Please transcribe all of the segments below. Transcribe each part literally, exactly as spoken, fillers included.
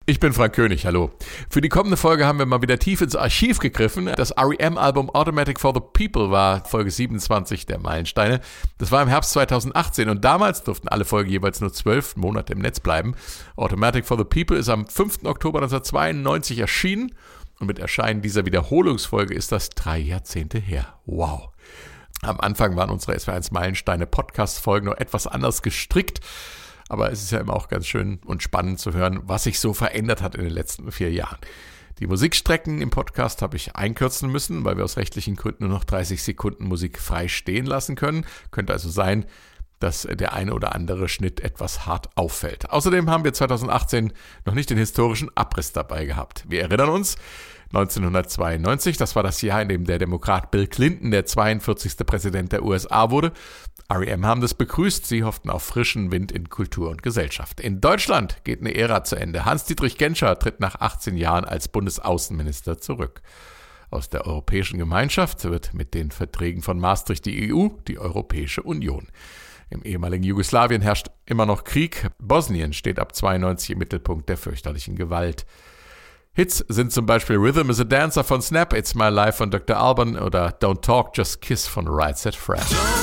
Ich bin Frank König, hallo. Für die kommende Folge haben wir mal wieder tief ins Archiv gegriffen. Das R E M-Album Automatic for the People war Folge siebenundzwanzig der Meilensteine. Das war im Herbst zweitausendachtzehn und damals durften alle Folgen jeweils nur zwölf Monate im Netz bleiben. Automatic for the People ist am fünften Oktober neunzehnhundertzweiundneunzig erschienen und mit Erscheinen dieser Wiederholungsfolge ist das drei Jahrzehnte her. Wow. Am Anfang waren unsere S W R eins Meilensteine Podcast-Folgen noch etwas anders gestrickt. Aber es ist ja immer auch ganz schön und spannend zu hören, was sich so verändert hat in den letzten vier Jahren. Die Musikstrecken im Podcast habe ich einkürzen müssen, weil wir aus rechtlichen Gründen nur noch dreißig Sekunden Musik frei stehen lassen können. Könnte also sein, dass der eine oder andere Schnitt etwas hart auffällt. Außerdem haben wir zweitausendachtzehn noch nicht den historischen Abriss dabei gehabt. Wir erinnern uns, neunzehnhundertzweiundneunzig, das war das Jahr, in dem der Demokrat Bill Clinton der zweiundvierzigste Präsident der U S A wurde. R E M haben das begrüßt, sie hofften auf frischen Wind in Kultur und Gesellschaft. In Deutschland geht eine Ära zu Ende. Hans-Dietrich Genscher tritt nach achtzehn Jahren als Bundesaußenminister zurück. Aus der Europäischen Gemeinschaft wird mit den Verträgen von Maastricht die E U, die Europäische Union. Im ehemaligen Jugoslawien herrscht immer noch Krieg. Bosnien steht ab zweiundneunzig im Mittelpunkt der fürchterlichen Gewalt. Hits sind zum Beispiel Rhythm is a Dancer von Snap, It's My Life von Doktor Alban oder Don't Talk, Just Kiss von Right Said Fred.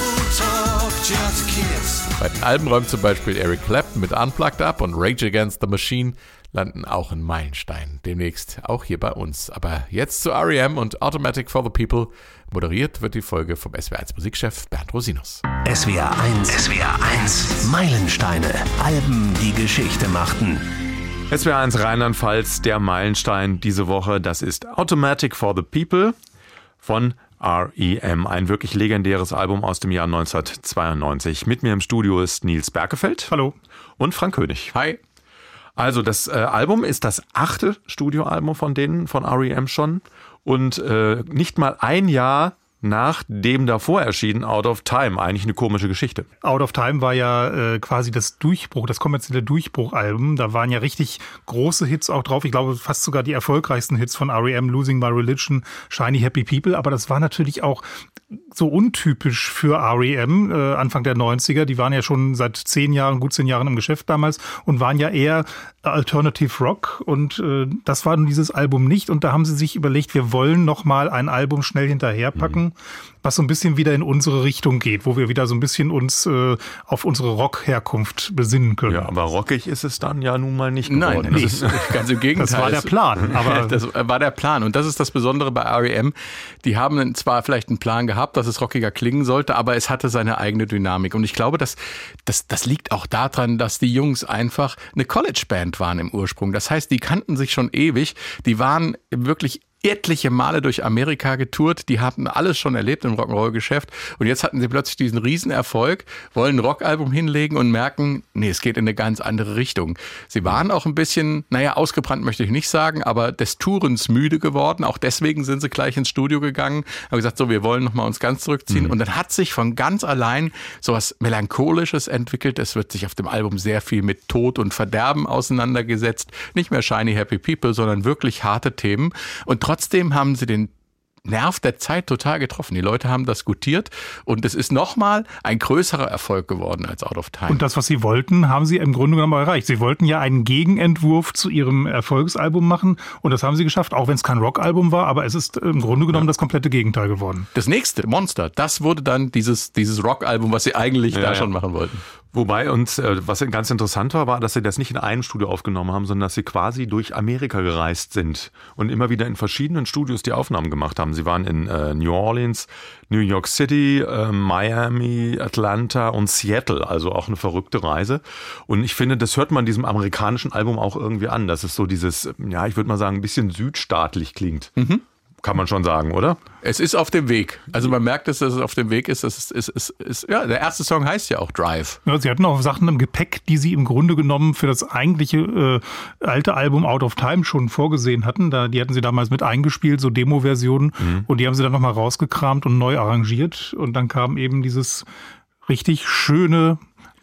Just kiss. Bei den Alben räumt zum Beispiel Eric Clapton mit Unplugged ab und Rage Against the Machine landen auch in Meilenstein. Demnächst auch hier bei uns. Aber jetzt zu R E M und Automatic for the People. Moderiert wird die Folge vom S W R eins Musikchef Bernd Rosinus. S W R eins, S W R eins, Meilensteine, Alben, die Geschichte machten. S W R eins Rheinland-Pfalz, der Meilenstein diese Woche, das ist Automatic for the People von R E M, ein wirklich legendäres Album aus dem Jahr neunzehnhundertzweiundneunzig. Mit mir im Studio ist Nils Berkefeld. Hallo. Und Frank König. Hi. Also das äh, Album ist das achte Studioalbum von denen, von R E M schon. Und äh, nicht mal ein Jahr nach dem davor erschienen Out of Time. Eigentlich eine komische Geschichte. Out of Time war ja äh, quasi das Durchbruch, das kommerzielle Durchbruchalbum. Da waren ja richtig große Hits auch drauf. Ich glaube, fast sogar die erfolgreichsten Hits von R E M, Losing My Religion, Shiny Happy People. Aber das war natürlich auch so untypisch für R E M, äh, Anfang der neunziger. Die waren ja schon seit zehn Jahren, gut zehn Jahren im Geschäft damals und waren ja eher Alternative Rock. Und äh, das war nun dieses Album nicht. Und da haben sie sich überlegt, wir wollen noch mal ein Album schnell hinterherpacken, mhm. was so ein bisschen wieder in unsere Richtung geht, wo wir wieder so ein bisschen uns äh, auf unsere Rock-Herkunft besinnen können. Ja, aber rockig ist es dann ja nun mal nicht geworden. Nein, das ist ganz im Gegenteil. Das war der Plan. Aber das war der Plan. Und das ist das Besondere bei R E M. Die haben zwar vielleicht einen Plan gehabt, dass es rockiger klingen sollte, aber es hatte seine eigene Dynamik. Und ich glaube, das, das, das liegt auch daran, dass die Jungs einfach eine College-Band waren im Ursprung. Das heißt, die kannten sich schon ewig. Die waren wirklich etliche Male durch Amerika getourt, die hatten alles schon erlebt im Rock'n'Roll-Geschäft und jetzt hatten sie plötzlich diesen Riesenerfolg, wollen ein Rockalbum hinlegen und merken, nee, es geht in eine ganz andere Richtung. Sie waren auch ein bisschen, naja, ausgebrannt möchte ich nicht sagen, aber des Tourens müde geworden, auch deswegen sind sie gleich ins Studio gegangen, haben gesagt, so, wir wollen nochmal uns ganz zurückziehen mhm. und dann hat sich von ganz allein sowas Melancholisches entwickelt, es wird sich auf dem Album sehr viel mit Tod und Verderben auseinandergesetzt, nicht mehr Shiny Happy People, sondern wirklich harte Themen und trotzdem Trotzdem haben sie den Nerv der Zeit total getroffen. Die Leute haben das gutiert und es ist nochmal ein größerer Erfolg geworden als Out of Time. Und das, was sie wollten, haben sie im Grunde genommen erreicht. Sie wollten ja einen Gegenentwurf zu ihrem Erfolgsalbum machen und das haben sie geschafft, auch wenn es kein Rockalbum war, aber es ist im Grunde genommen ja. das komplette Gegenteil geworden. Das nächste, Monster, das wurde dann dieses, dieses Rockalbum, was sie eigentlich ja, da ja. schon machen wollten. Wobei uns, äh, was ganz interessant war, war, dass sie das nicht in einem Studio aufgenommen haben, sondern dass sie quasi durch Amerika gereist sind und immer wieder in verschiedenen Studios die Aufnahmen gemacht haben. Sie waren in äh, New Orleans, New York City, äh, Miami, Atlanta und Seattle, also auch eine verrückte Reise. Und ich finde, das hört man diesem amerikanischen Album auch irgendwie an, dass es so dieses, ja, ich würde mal sagen, ein bisschen südstaatlich klingt. Mhm. Kann man schon sagen, oder? Es ist auf dem Weg. Also man merkt, dass es auf dem Weg ist. Es ist, es ist, es ist ja, der erste Song heißt ja auch Drive. Ja, sie hatten auch Sachen im Gepäck, die sie im Grunde genommen für das eigentliche äh, alte Album Out of Time schon vorgesehen hatten. Da, die hatten sie damals mit eingespielt, so Demo-Versionen. Mhm. Und die haben sie dann nochmal rausgekramt und neu arrangiert. Und dann kam eben dieses richtig schöne,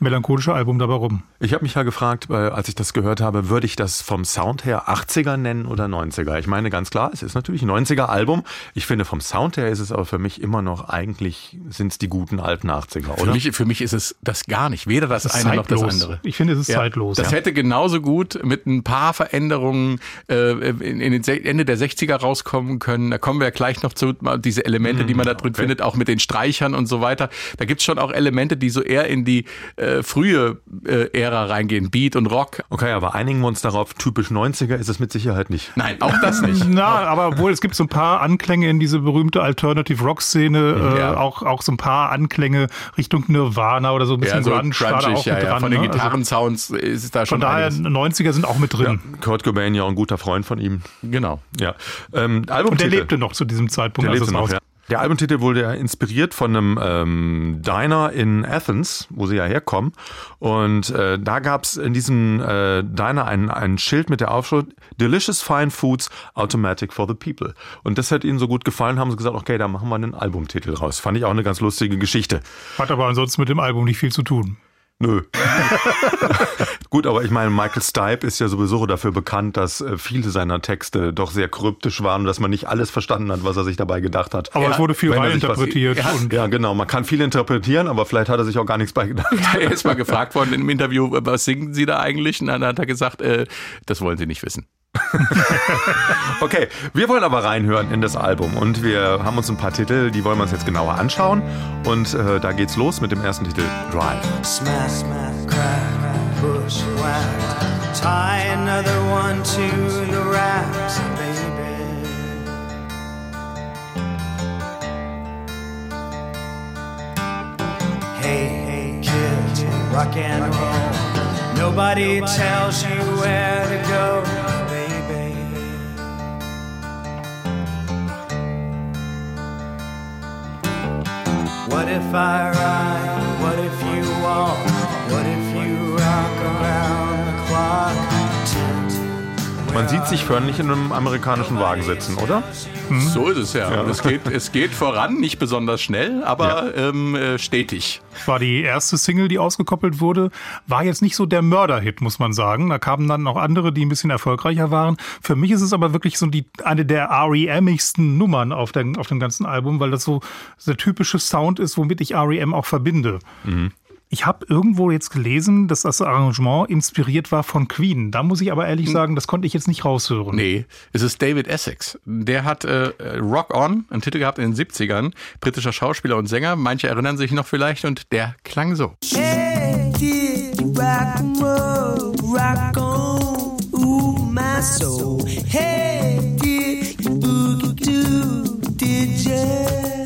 melancholische Album dabei rum. Ich habe mich ja gefragt, als ich das gehört habe, würde ich das vom Sound her achtziger nennen oder neunziger? Ich meine, ganz klar, es ist natürlich ein neunziger-Album. Ich finde, vom Sound her ist es aber für mich immer noch, eigentlich sind es die guten alten achtziger, oder? Für mich, für mich ist es das gar nicht. Weder das, das eine zeitlos. noch das andere. Ich finde, es ist ja, zeitlos. Das ja. hätte genauso gut mit ein paar Veränderungen äh, in, in den Ende der sechziger rauskommen können. Da kommen wir ja gleich noch zu, diese Elemente, die man da drin okay. findet, auch mit den Streichern und so weiter. Da gibt's schon auch Elemente, die so eher in die äh, frühe äh, Ära reingehen, Beat und Rock. Okay, aber einigen wir uns darauf, typisch neunziger ist es mit Sicherheit nicht. Nein, auch das nicht. Na, aber obwohl es gibt so ein paar Anklänge in diese berühmmte Alternative-Rock-Szene, ja. äh, auch, auch so ein paar Anklänge Richtung Nirvana oder so ein bisschen ja, so Grunge, grunge, auch ja, mit ja. dran. Von den ne? Gitarrensounds also, ist es da schon Von daher, einiges. neunziger sind auch mit drin. Ja, Kurt Cobain ja auch ein guter Freund von ihm. Genau. Ja. Ähm, Albumtitel. Und der lebte noch zu diesem Zeitpunkt. Der als lebte es noch, ja. Der Albumtitel wurde ja inspiriert von einem ähm, Diner in Athens, wo sie ja herkommen. Und äh, da gab es in diesem äh, Diner ein, ein Schild mit der Aufschrift Delicious Fine Foods, Automatic for the People. Und das hat ihnen so gut gefallen, haben sie gesagt, okay, da machen wir einen Albumtitel raus. Fand ich auch eine ganz lustige Geschichte. Hat aber ansonsten mit dem Album nicht viel zu tun. Nö. Gut, aber ich meine, Michael Stipe ist ja sowieso dafür bekannt, dass viele seiner Texte doch sehr kryptisch waren und dass man nicht alles verstanden hat, was er sich dabei gedacht hat. Aber ja, es wurde viel reininterpretiert. Ja, ja, genau. Man kann viel interpretieren, aber vielleicht hat er sich auch gar nichts bei gedacht. Er ist mal gefragt worden im Interview, was singen Sie da eigentlich? Und dann hat er gesagt, äh, das wollen Sie nicht wissen. Okay, wir wollen aber reinhören in das Album und wir haben uns ein paar Titel, die wollen wir uns jetzt genauer anschauen und äh, da geht's los mit dem ersten Titel, Drive. Smash, smash, crack, push, whack, tie another one to the racks, baby. Hey, hey, kids, rock and roll, nobody tells you where to go. What if I ride? What if you walk? What if you rock around the clock? Man sieht sich förmlich in einem amerikanischen Wagen sitzen, oder? Mhm. So ist es ja. ja. Und es geht, es geht voran, nicht besonders schnell, aber ja. ähm, äh, stetig. War die erste Single, die ausgekoppelt wurde, war jetzt nicht so der Mörderhit, muss man sagen. Da kamen dann noch andere, die ein bisschen erfolgreicher waren. Für mich ist es aber wirklich so die, eine der R E M-igsten Nummern auf, der, auf dem ganzen Album, weil das so der typische Sound ist, womit ich R E M auch verbinde. Mhm. Ich habe irgendwo jetzt gelesen, dass das Arrangement inspiriert war von Queen. Da muss ich aber ehrlich sagen, das konnte ich jetzt nicht raushören. Nee, es ist David Essex. Der hat äh, Rock On, einen Titel gehabt in den siebzigern, britischer Schauspieler und Sänger. Manche erinnern sich noch vielleicht und der klang so. Hey, kid, rock and roll, rock on, ooh, my soul. Hey, kid, boogie doo, did ya?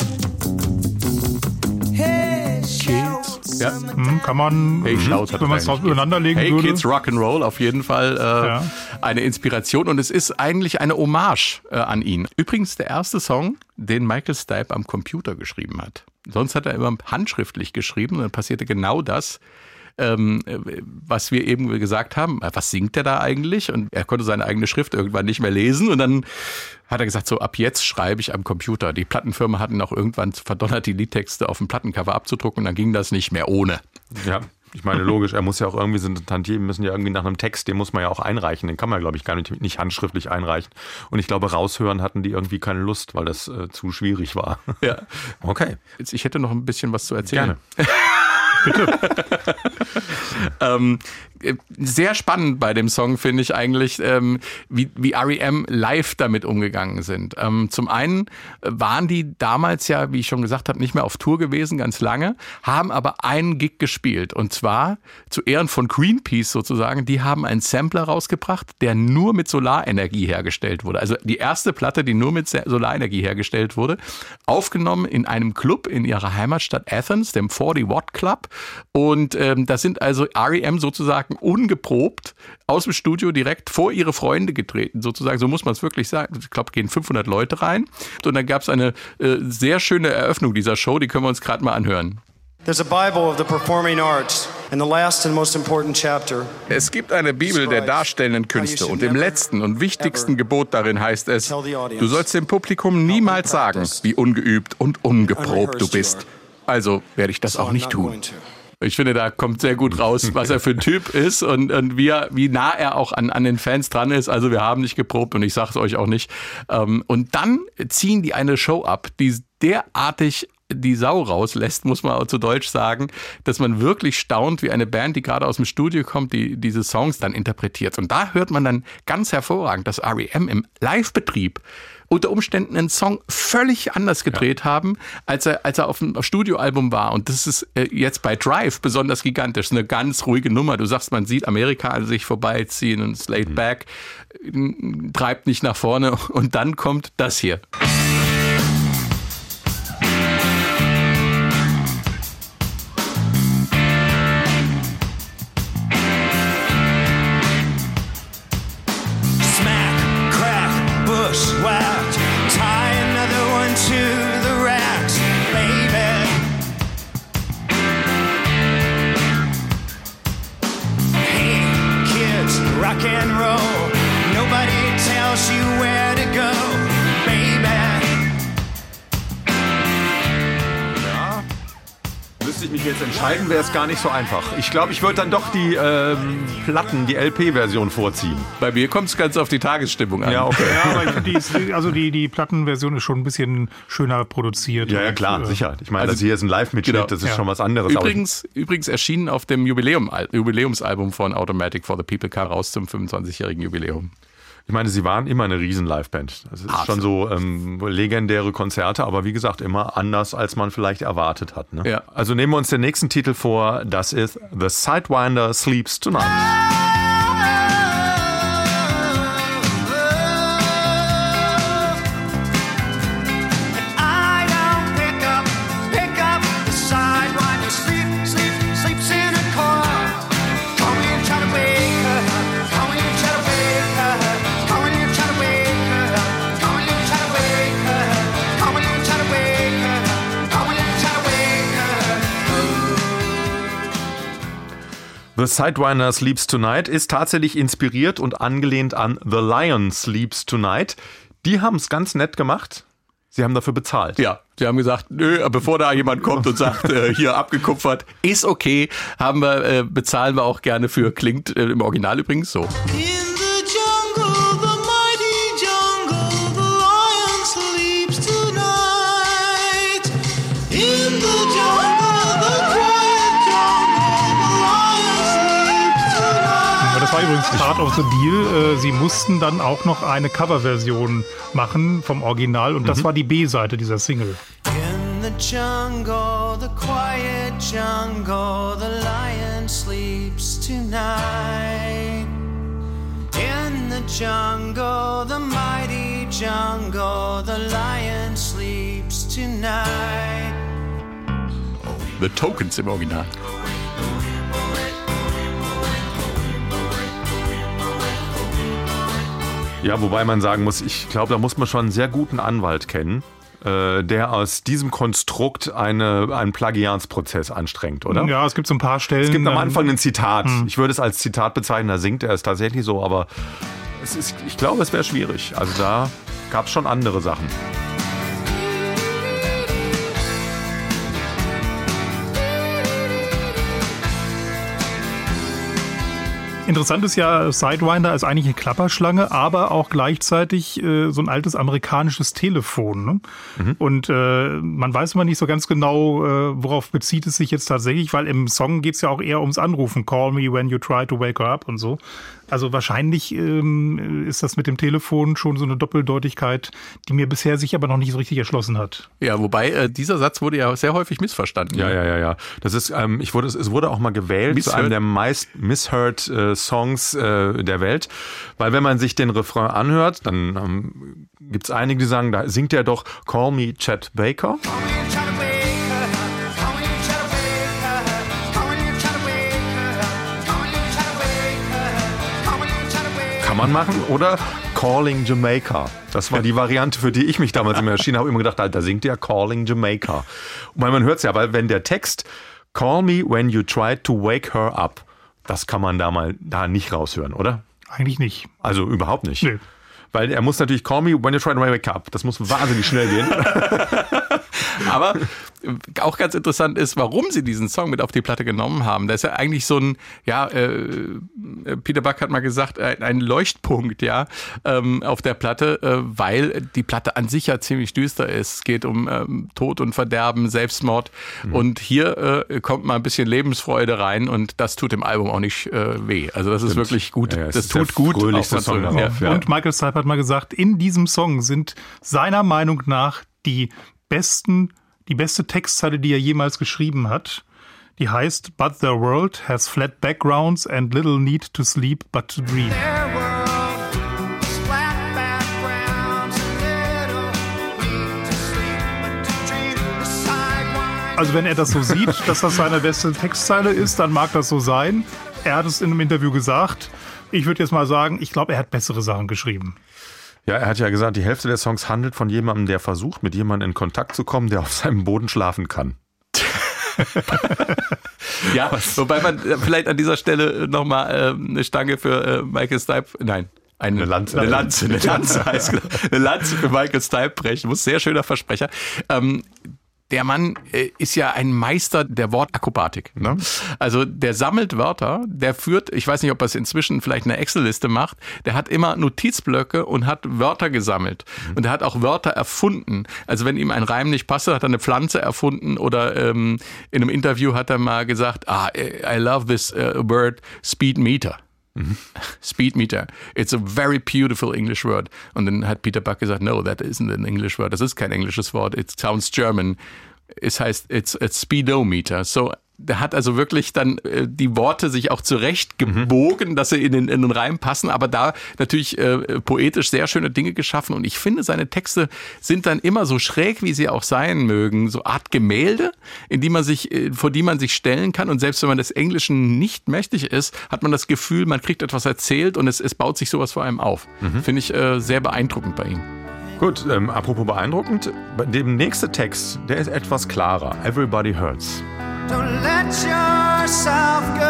Hey, shout. Ja. Hm, kann man, hey, mhm, wenn man es drauf übereinander legen hey, würde. Hey Kids Rock'n'Roll, auf jeden Fall äh, ja. eine Inspiration und es ist eigentlich eine Hommage äh, an ihn. Übrigens der erste Song, den Michael Stipe am Computer geschrieben hat. Sonst hat er immer handschriftlich geschrieben und dann passierte genau das, ähm, was wir eben gesagt haben. Was singt er da eigentlich? Und er konnte seine eigene Schrift irgendwann nicht mehr lesen und dann hat er gesagt, so ab jetzt schreibe ich am Computer. Die Plattenfirma hatten auch irgendwann verdonnert, die Liedtexte auf dem Plattencover abzudrucken und dann ging das nicht mehr ohne. Ja, ich meine, logisch, er muss ja auch irgendwie, sind Tantiemen müssen ja irgendwie nach einem Text, den muss man ja auch einreichen. Den kann man, glaube ich, gar nicht, nicht handschriftlich einreichen. Und ich glaube, raushören hatten die irgendwie keine Lust, weil das äh, zu schwierig war. Ja. Okay. Jetzt, ich hätte noch ein bisschen was zu erzählen. Gerne. Bitte. ähm, sehr spannend bei dem Song finde ich eigentlich, ähm, wie, wie R E M live damit umgegangen sind. Ähm, zum einen waren die damals ja, wie ich schon gesagt habe, nicht mehr auf Tour gewesen, ganz lange, haben aber einen Gig gespielt und zwar zu Ehren von Greenpeace sozusagen. Die haben einen Sampler rausgebracht, der nur mit Solarenergie hergestellt wurde. Also die erste Platte, die nur mit Solarenergie hergestellt wurde, aufgenommen in einem Club in ihrer Heimatstadt Athens, dem forty Watt Club. Und ähm, da sind also R E M sozusagen ungeprobt aus dem Studio direkt vor ihre Freunde getreten, sozusagen. So muss man es wirklich sagen. Ich glaube, gehen fünfhundert Leute rein. Und dann gab es eine äh, sehr schöne Eröffnung dieser Show, die können wir uns gerade mal anhören. There's a Bible of the performing arts, and the last and most important chapter. Es gibt eine Bibel der darstellenden Künste und im letzten und wichtigsten Gebot darin heißt es, du sollst dem Publikum niemals sagen, wie ungeübt und ungeprobt du bist. Also werde ich das auch nicht tun. Ich finde, da kommt sehr gut raus, was er für ein Typ ist und, und wie, er, wie nah er auch an, an den Fans dran ist. Also wir haben nicht geprobt und ich sage es euch auch nicht. Und dann ziehen die eine Show ab, die derartig die Sau rauslässt, muss man auch zu Deutsch sagen, dass man wirklich staunt, wie eine Band, die gerade aus dem Studio kommt, die diese Songs dann interpretiert. Und da hört man dann ganz hervorragend, dass R E M im Live-Betrieb unter Umständen einen Song völlig anders gedreht ja. haben, als er, als er auf dem Studioalbum war. Und das ist äh, jetzt bei Drive besonders gigantisch. Eine ganz ruhige Nummer. Du sagst, man sieht Amerika an sich vorbeiziehen und es laid back, mhm. treibt nicht nach vorne. Und dann kommt das hier. Ich mich jetzt entscheiden, wäre es gar nicht so einfach. Ich glaube, ich würde dann doch die ähm, Platten, die L P-Version vorziehen. Bei mir kommt es ganz auf die Tagesstimmung an. Ja, okay. Ja, aber ich finde, die, ist, also die, die Plattenversion ist schon ein bisschen schöner produziert. Ja, ja klar, und, äh, sicher. Ich meine, also, das hier ist ein Live-Mitschnitt, genau. das ist ja. schon was anderes. Übrigens, übrigens erschienen auf dem Jubiläum, Jubiläumsalbum von Automatic for the People kam raus zum fünfundzwanzigjährigen Jubiläum. Ich meine, sie waren immer eine riesen Liveband. Das ist Absolut. schon so ähm, legendäre Konzerte, aber wie gesagt, immer anders, als man vielleicht erwartet hat. Ne? Ja. Also nehmen wir uns den nächsten Titel vor, das ist The Sidewinder Sleeps Tonight. The Sidewinder Sleeps Tonight ist tatsächlich inspiriert und angelehnt an The Lion Sleeps Tonight. Die haben es ganz nett gemacht. Sie haben dafür bezahlt. Ja, sie haben gesagt, nö, bevor da jemand kommt und sagt, äh, hier abgekupfert, ist okay, haben wir, äh, bezahlen wir auch gerne für. Klingt äh, im Original übrigens so. Das war übrigens part of the deal. Sie mussten dann auch noch eine Coverversion machen vom Original und das mhm. war die B-Seite dieser Single. In the jungle, the quiet jungle, the lion sleeps tonight. In the jungle, the mighty jungle, the lion sleeps tonight. The Tokens im Original. Ja, wobei man sagen muss, ich glaube, da muss man schon einen sehr guten Anwalt kennen, äh, der aus diesem Konstrukt eine, einen Plagiatsprozess anstrengt, oder? Ja, es gibt so ein paar Stellen. Es gibt am Anfang ein Zitat. Hm. Ich würde es als Zitat bezeichnen, da singt er es tatsächlich so, aber es ist, ich glaube, es wäre schwierig. Also da gab es schon andere Sachen. Interessant ist ja, Sidewinder ist eigentlich eine Klapperschlange, aber auch gleichzeitig äh, so ein altes amerikanisches Telefon. Ne? Mhm. Und äh, man weiß immer nicht so ganz genau, äh, worauf bezieht es sich jetzt tatsächlich, weil im Song geht es ja auch eher ums Anrufen. Call me when you try to wake her up und so. Also wahrscheinlich ähm, ist das mit dem Telefon schon so eine Doppeldeutigkeit, die mir bisher sich aber noch nicht so richtig erschlossen hat. Ja, wobei äh, dieser Satz wurde ja sehr häufig missverstanden. Ja, ja, ja, ja. Das ist, ähm, ich wurde, es wurde auch mal gewählt misheard. zu einem der meist misheard äh, Songs äh, der Welt, weil wenn man sich den Refrain anhört, dann ähm, gibt es einige, die sagen, da singt er doch Call me Chet Baker. Kann man machen. Oder Calling Jamaica. Das war die Variante, für die ich mich damals immer erschienen habe. Immer gedacht, da singt der Calling Jamaica. Und man hört es ja, weil wenn der Text Call me when you try to wake her up, das kann man da mal da nicht raushören, oder? Eigentlich nicht. Also überhaupt nicht. Nee. Weil er muss natürlich Call me when you try to wake up. Das muss wahnsinnig schnell gehen. Aber auch ganz interessant ist, warum sie diesen Song mit auf die Platte genommen haben. Das ist ja eigentlich so ein, ja, äh, Peter Buck hat mal gesagt, ein, ein Leuchtpunkt, ja, ähm, auf der Platte, äh, weil die Platte an sich ja ziemlich düster ist. Es geht um ähm, Tod und Verderben, Selbstmord mhm. und hier äh, kommt mal ein bisschen Lebensfreude rein und das tut dem Album auch nicht äh, weh. Also das ist Stimmt. wirklich gut. Ja, ja, das tut gut. Fröhlichste Song darauf, ja. Und Michael Stipe hat mal gesagt, in diesem Song sind seiner Meinung nach die besten, die beste Textzeile, die er jemals geschrieben hat. Die heißt, but the world has flat backgrounds and little need to sleep but to dream. Also wenn er das so sieht, dass das seine beste Textzeile ist, dann mag das so sein. Er hat es in einem Interview gesagt. Ich würde jetzt mal sagen, ich glaube, er hat bessere Sachen geschrieben. Ja, er hat ja gesagt, die Hälfte der Songs handelt von jemandem, der versucht, mit jemandem in Kontakt zu kommen, der auf seinem Boden schlafen kann. Ja, wobei man vielleicht an dieser Stelle nochmal äh, eine Stange für äh, Michael Stipe, nein, eine, eine Lanze, eine Lanze, eine Lanze heißt genau, eine Lanze für Michael Stipe brechen muss, sehr schöner Versprecher. Ähm, Der Mann äh, ist ja ein Meister der Wortakrobatik. Ne? Also der sammelt Wörter, der führt, ich weiß nicht, ob er es inzwischen vielleicht eine Excel-Liste macht, der hat immer Notizblöcke und hat Wörter gesammelt. Und er hat auch Wörter erfunden. Also wenn ihm ein Reim nicht passte, hat er eine Pflanze erfunden oder ähm, in einem Interview hat er mal gesagt, ah, I love this uh, word, speed meter. Mhm. Speed meter. It's a very beautiful English word. Und dann hat Peter Buck gesagt, no, that isn't an English word. Das ist kein englisches Wort. It sounds German. Es heißt, it's a speedometer. So, der hat also wirklich dann äh, die Worte sich auch zurechtgebogen, mhm. dass sie in den, in den Reim passen, aber da natürlich äh, poetisch sehr schöne Dinge geschaffen. Und ich finde, seine Texte sind dann immer so schräg, wie sie auch sein mögen, so Art Gemälde, in die man sich, äh, vor die man sich stellen kann. Und selbst wenn man des Englischen nicht mächtig ist, hat man das Gefühl, man kriegt etwas erzählt und es, es baut sich sowas vor einem auf. Mhm. Finde ich äh, sehr beeindruckend bei ihm. Gut, ähm, apropos beeindruckend, der nächste Text, der ist etwas klarer. Everybody hurts. Don't let yourself go.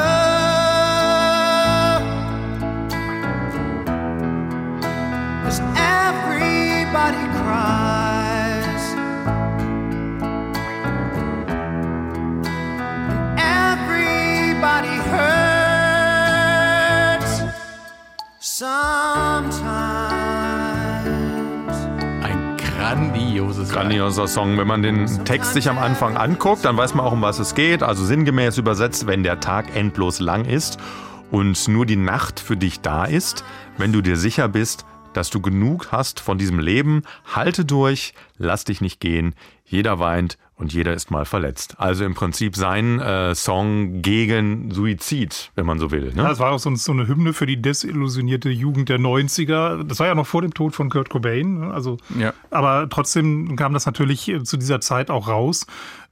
'Cause everybody cries. Everybody hurts sometimes. Grandioses Grandioser Song. Wenn man den Text sich am Anfang anguckt, dann weiß man auch, um was es geht. Also sinngemäß übersetzt, wenn der Tag endlos lang ist und nur die Nacht für dich da ist, wenn du dir sicher bist, dass du genug hast von diesem Leben, halte durch, lass dich nicht gehen. Jeder weint und jeder ist mal verletzt. Also im Prinzip sein äh, Song gegen Suizid, wenn man so will. Ne? Ja, das war auch so, so eine Hymne für die desillusionierte Jugend der neunziger. Das war ja noch vor dem Tod von Kurt Cobain. Also, ja. Aber trotzdem kam das natürlich zu dieser Zeit auch raus.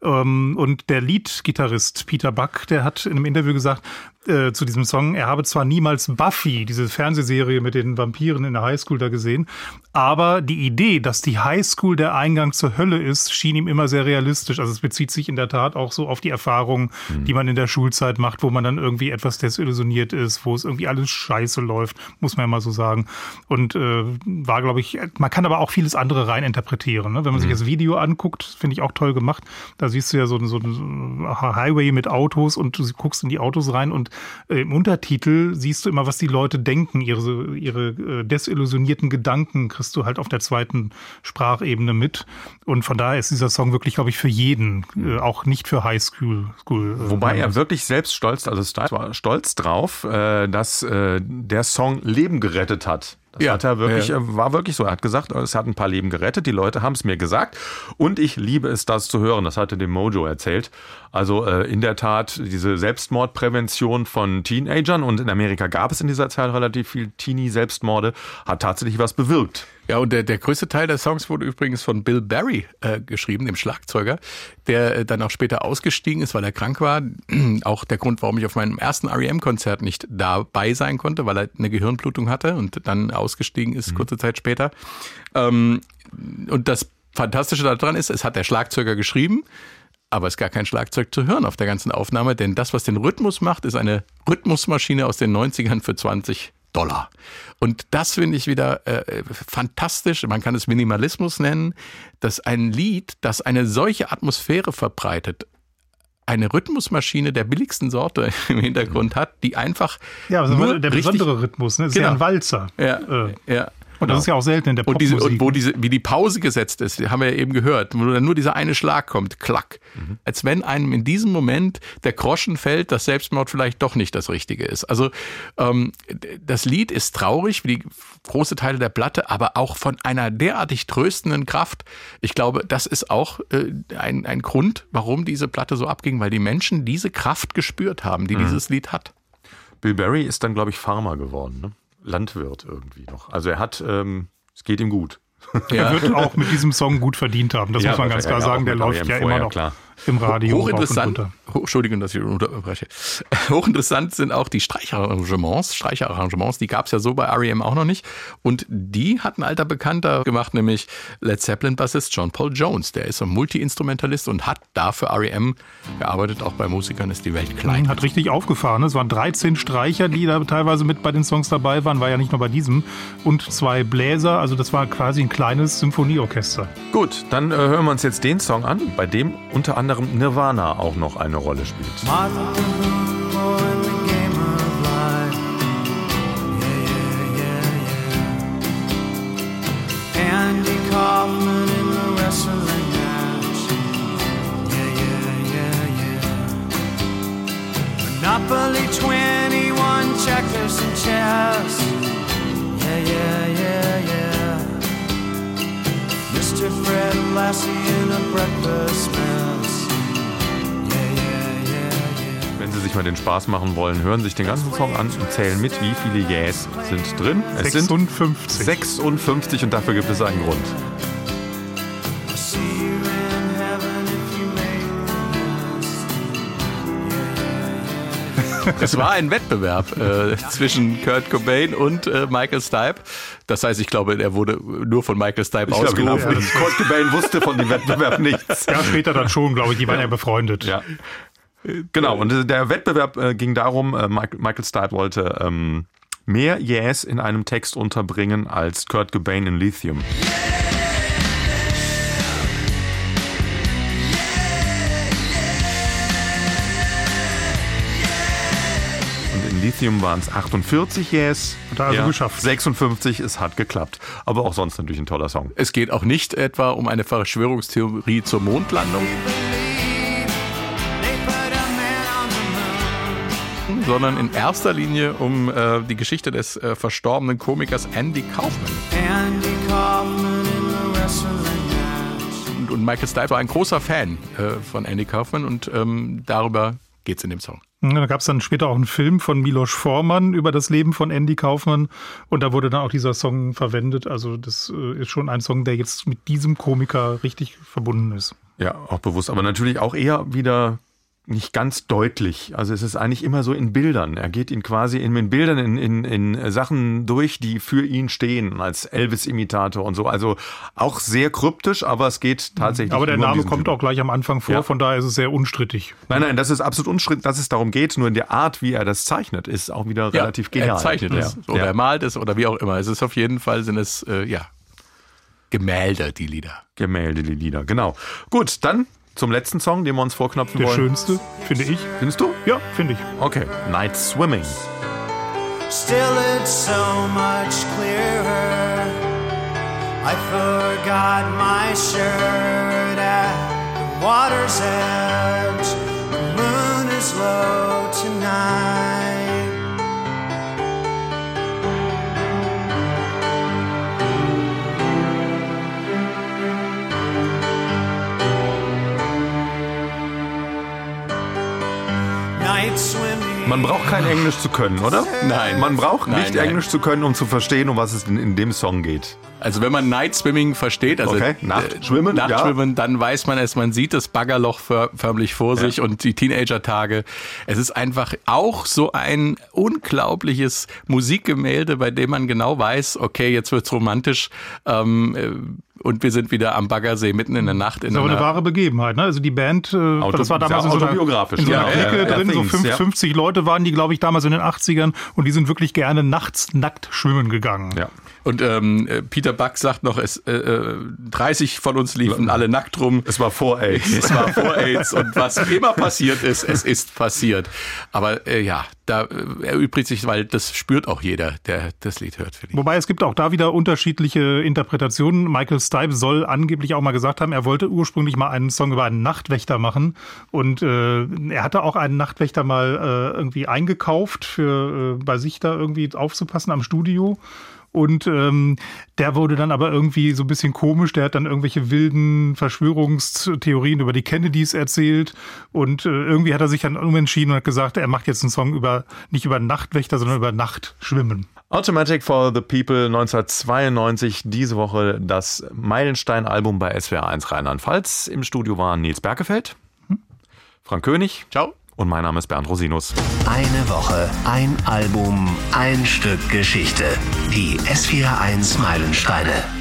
Und der Lead-Gitarrist Peter Buck, der hat in einem Interview gesagt, äh, zu diesem Song, er habe zwar niemals Buffy, diese Fernsehserie mit den Vampiren in der Highschool da gesehen, aber die Idee, dass die Highschool der Eingang zur Hölle ist, schien ihm immer sehr realistisch. Also es bezieht sich in der Tat auch so auf die Erfahrungen, mhm. die man in der Schulzeit macht, wo man dann irgendwie etwas desillusioniert ist, wo es irgendwie alles scheiße läuft, muss man ja mal so sagen. Und äh, war, glaube ich, man kann aber auch vieles andere reininterpretieren. Ne? Wenn man mhm. sich das Video anguckt, finde ich auch toll gemacht, da siehst du ja so, so ein Highway mit Autos und du guckst in die Autos rein und äh, im Untertitel siehst du immer, was die Leute denken, ihre, ihre äh, desillusionierten Gedanken kriegst du halt auf der zweiten Sprachebene mit. Und von daher ist dieser Song wirklich, glaube ich, für jeden, äh, auch nicht für Highschool. School, äh, Wobei er wirklich selbst stolz, also Stipe war stolz drauf, äh, dass äh, der Song Leben gerettet hat. Das ja, hat er wirklich, ja. war wirklich so. Er hat gesagt, es hat ein paar Leben gerettet. Die Leute haben es mir gesagt. Und ich liebe es, das zu hören. Das hatte dem Mojo erzählt. Also äh, in der Tat diese Selbstmordprävention von Teenagern. Und in Amerika gab es in dieser Zeit relativ viel Teenie-Selbstmorde. Hat tatsächlich was bewirkt. Ja, und der, der größte Teil der Songs wurde übrigens von Bill Berry äh, geschrieben, dem Schlagzeuger, der äh, dann auch später ausgestiegen ist, weil er krank war. Auch der Grund, warum ich auf meinem ersten R E M-Konzert nicht dabei sein konnte, weil er eine Gehirnblutung hatte und dann ausgestiegen ist, mhm. kurze Zeit später. Ähm, und das Fantastische daran ist, es hat der Schlagzeuger geschrieben, aber es ist gar kein Schlagzeug zu hören auf der ganzen Aufnahme, denn das, was den Rhythmus macht, ist eine Rhythmusmaschine aus den neunzigern für zwanzig Dollar. Und das finde ich wieder äh, fantastisch. Man kann es Minimalismus nennen, dass ein Lied, das eine solche Atmosphäre verbreitet, eine Rhythmusmaschine der billigsten Sorte im Hintergrund hat, die einfach ja, also nur der richtig, besondere Rhythmus, ne? Das ist genau. ja ein Walzer. Ja, äh. ja. Und das ist ja auch selten in der und, diese, Popmusik. und wo diese, wie die Pause gesetzt ist, haben wir ja eben gehört, wo dann nur dieser eine Schlag kommt, klack. Mhm. Als wenn einem in diesem Moment der Groschen fällt, dass Selbstmord vielleicht doch nicht das Richtige ist. Also ähm, das Lied ist traurig, wie die große Teile der Platte, aber auch von einer derartig tröstenden Kraft. Ich glaube, das ist auch äh, ein, ein Grund, warum diese Platte so abging, weil die Menschen diese Kraft gespürt haben, die mhm. dieses Lied hat. Bill Berry ist dann, glaube ich, Farmer geworden, ne? Landwirt irgendwie noch. Also er hat, ähm, es geht ihm gut. Ja. Er wird auch mit diesem Song gut verdient haben. Das ja, muss man ganz klar ja, sagen. Der läuft ja immer noch klar. im Radio. Hochinteressant. Hoch, Entschuldigung, dass ich unterbreche. Hochinteressant sind auch die Streicharrangements. Streicherarrangements, die gab es ja so bei R E M auch noch nicht. Und die hat ein alter Bekannter gemacht, nämlich Led Zeppelin-Bassist John Paul Jones. Der ist ein Multi-Instrumentalist und hat da für R E M gearbeitet. Auch bei Musikern ist die Welt klein. Hat richtig aufgefahren. Es waren dreizehn Streicher, die da teilweise mit bei den Songs dabei waren. War ja nicht nur bei diesem. Und zwei Bläser. Also das war quasi ein kleines Symphonieorchester. Gut, dann äh, hören wir uns jetzt den Song an, bei dem unter anderem Nirvana auch noch eine Rolle spielt. Andy Kaufman in the wrestling match. Yeah, yeah, yeah, yeah. Monopoly twenty-one, checkers and chess. Yeah, yeah, yeah, yeah. Mister Fred Lassie in a breakfast mess. Yeah, yeah, yeah, yeah. Wenn Sie sich mal den Spaß machen wollen, hören sich den ganzen Song an und zählen mit, wie viele Yes sind drin. Es sechsundfünfzig. Sind sechsundfünfzig und dafür gibt es einen Grund. Es war ein Wettbewerb äh, zwischen Kurt Cobain und äh, Michael Stipe. Das heißt, ich glaube, er wurde nur von Michael Stipe ich ausgerufen. Glaube, ja. Kurt Cobain wusste von dem Wettbewerb nichts. Ja, später dann schon, glaube ich. Die waren ja, ja befreundet. Ja. Genau, und der Wettbewerb äh, ging darum, äh, Michael Stipe wollte ähm, mehr Yes in einem Text unterbringen als Kurt Cobain in Lithium. Lithium waren es achtundvierzig Yes. Hat er also ja, geschafft. sechsundfünfzig, es hat geklappt. Aber auch sonst natürlich ein toller Song. Es geht auch nicht etwa um eine Verschwörungstheorie zur Mondlandung, sondern in erster Linie um äh, die Geschichte des äh, verstorbenen Komikers Andy Kaufman. Andy Kaufman in the wrestling match. Und, und Michael Stipe war ein großer Fan äh, von Andy Kaufman und ähm, darüber geht's in dem Song. Da gab es dann später auch einen Film von Milos Forman über das Leben von Andy Kaufman und da wurde dann auch dieser Song verwendet. Also das ist schon ein Song, der jetzt mit diesem Komiker richtig verbunden ist. Ja, auch bewusst, aber natürlich auch eher wieder nicht ganz deutlich. Also es ist eigentlich immer so in Bildern. Er geht ihn quasi in, in Bildern, in, in, in Sachen durch, die für ihn stehen, als Elvis-Imitator und so. Also auch sehr kryptisch, aber es geht tatsächlich. Aber der nur Name um kommt Typen. auch gleich am Anfang vor, ja. Von daher ist es sehr unstrittig. Nein, nein, das ist absolut unstrittig, dass es darum geht. Nur in der Art, wie er das zeichnet, ist auch wieder ja, relativ genial. Er zeichnet ja. es oder ja. er malt es oder wie auch immer. Es ist auf jeden Fall, sind es, äh, ja, Gemälde, die Lieder. Gemälde, die Lieder, genau. Gut, dann zum letzten Song, den wir uns vorknöpfen der wollen. Der schönste, finde ich. Findest du? Ja, finde ich. Okay, Night Swimming. Still it's so much clearer. I forgot my shirt at the water's edge. The moon is low tonight. Man braucht kein Englisch zu können, oder? Nein. Man braucht nein, nicht nein. Englisch zu können, um zu verstehen, um was es in, in dem Song geht. Also wenn man Night Swimming versteht, also okay. Nachtschwimmen, äh, Nachtschwimmen, ja. dann weiß man es, man sieht das Baggerloch för- förmlich vor sich ja. und die Teenager-Tage. Es ist einfach auch so ein unglaubliches Musikgemälde, bei dem man genau weiß, okay, jetzt wird's romantisch. Ähm, und wir sind wieder am Baggersee mitten in der Nacht. In das ist aber einer eine wahre Begebenheit, ne? Also die Band, äh, Auto, das war damals ja, in so einer, autobiografisch. in so einer Ja, Clique ja, ja, drin, so Things, fünf, ja. fünfzig Leute waren die, glaube ich, damals in den achtzigern und die sind wirklich gerne nachts nackt schwimmen gegangen. Ja. Und ähm, Peter Buck sagt noch, es, äh, dreißig von uns liefen alle nackt rum. Es war vor AIDS. Es war vor AIDS und was immer passiert ist, es ist passiert. Aber äh, ja, da äh, erübrigt sich, weil das spürt auch jeder, der das Lied hört, finde ich. Wobei es gibt auch da wieder unterschiedliche Interpretationen. Michael Stipe soll angeblich auch mal gesagt haben, er wollte ursprünglich mal einen Song über einen Nachtwächter machen. Und äh, er hatte auch einen Nachtwächter mal äh, irgendwie eingekauft, für äh, bei sich da irgendwie aufzupassen am Studio. Und ähm, der wurde dann aber irgendwie so ein bisschen komisch. Der hat dann irgendwelche wilden Verschwörungstheorien über die Kennedys erzählt. Und äh, irgendwie hat er sich dann umentschieden und hat gesagt, er macht jetzt einen Song über nicht über Nachtwächter, sondern über Nachtschwimmen. Automatic for the People neunzehnhundertzweiundneunzig, diese Woche das Meilenstein-Album bei S W R eins Rheinland-Pfalz. Im Studio waren Nils Berkefeld, Frank König. Ciao. Und mein Name ist Bernd Rosinus. Eine Woche, ein Album, ein Stück Geschichte. Die S W R eins Meilensteine.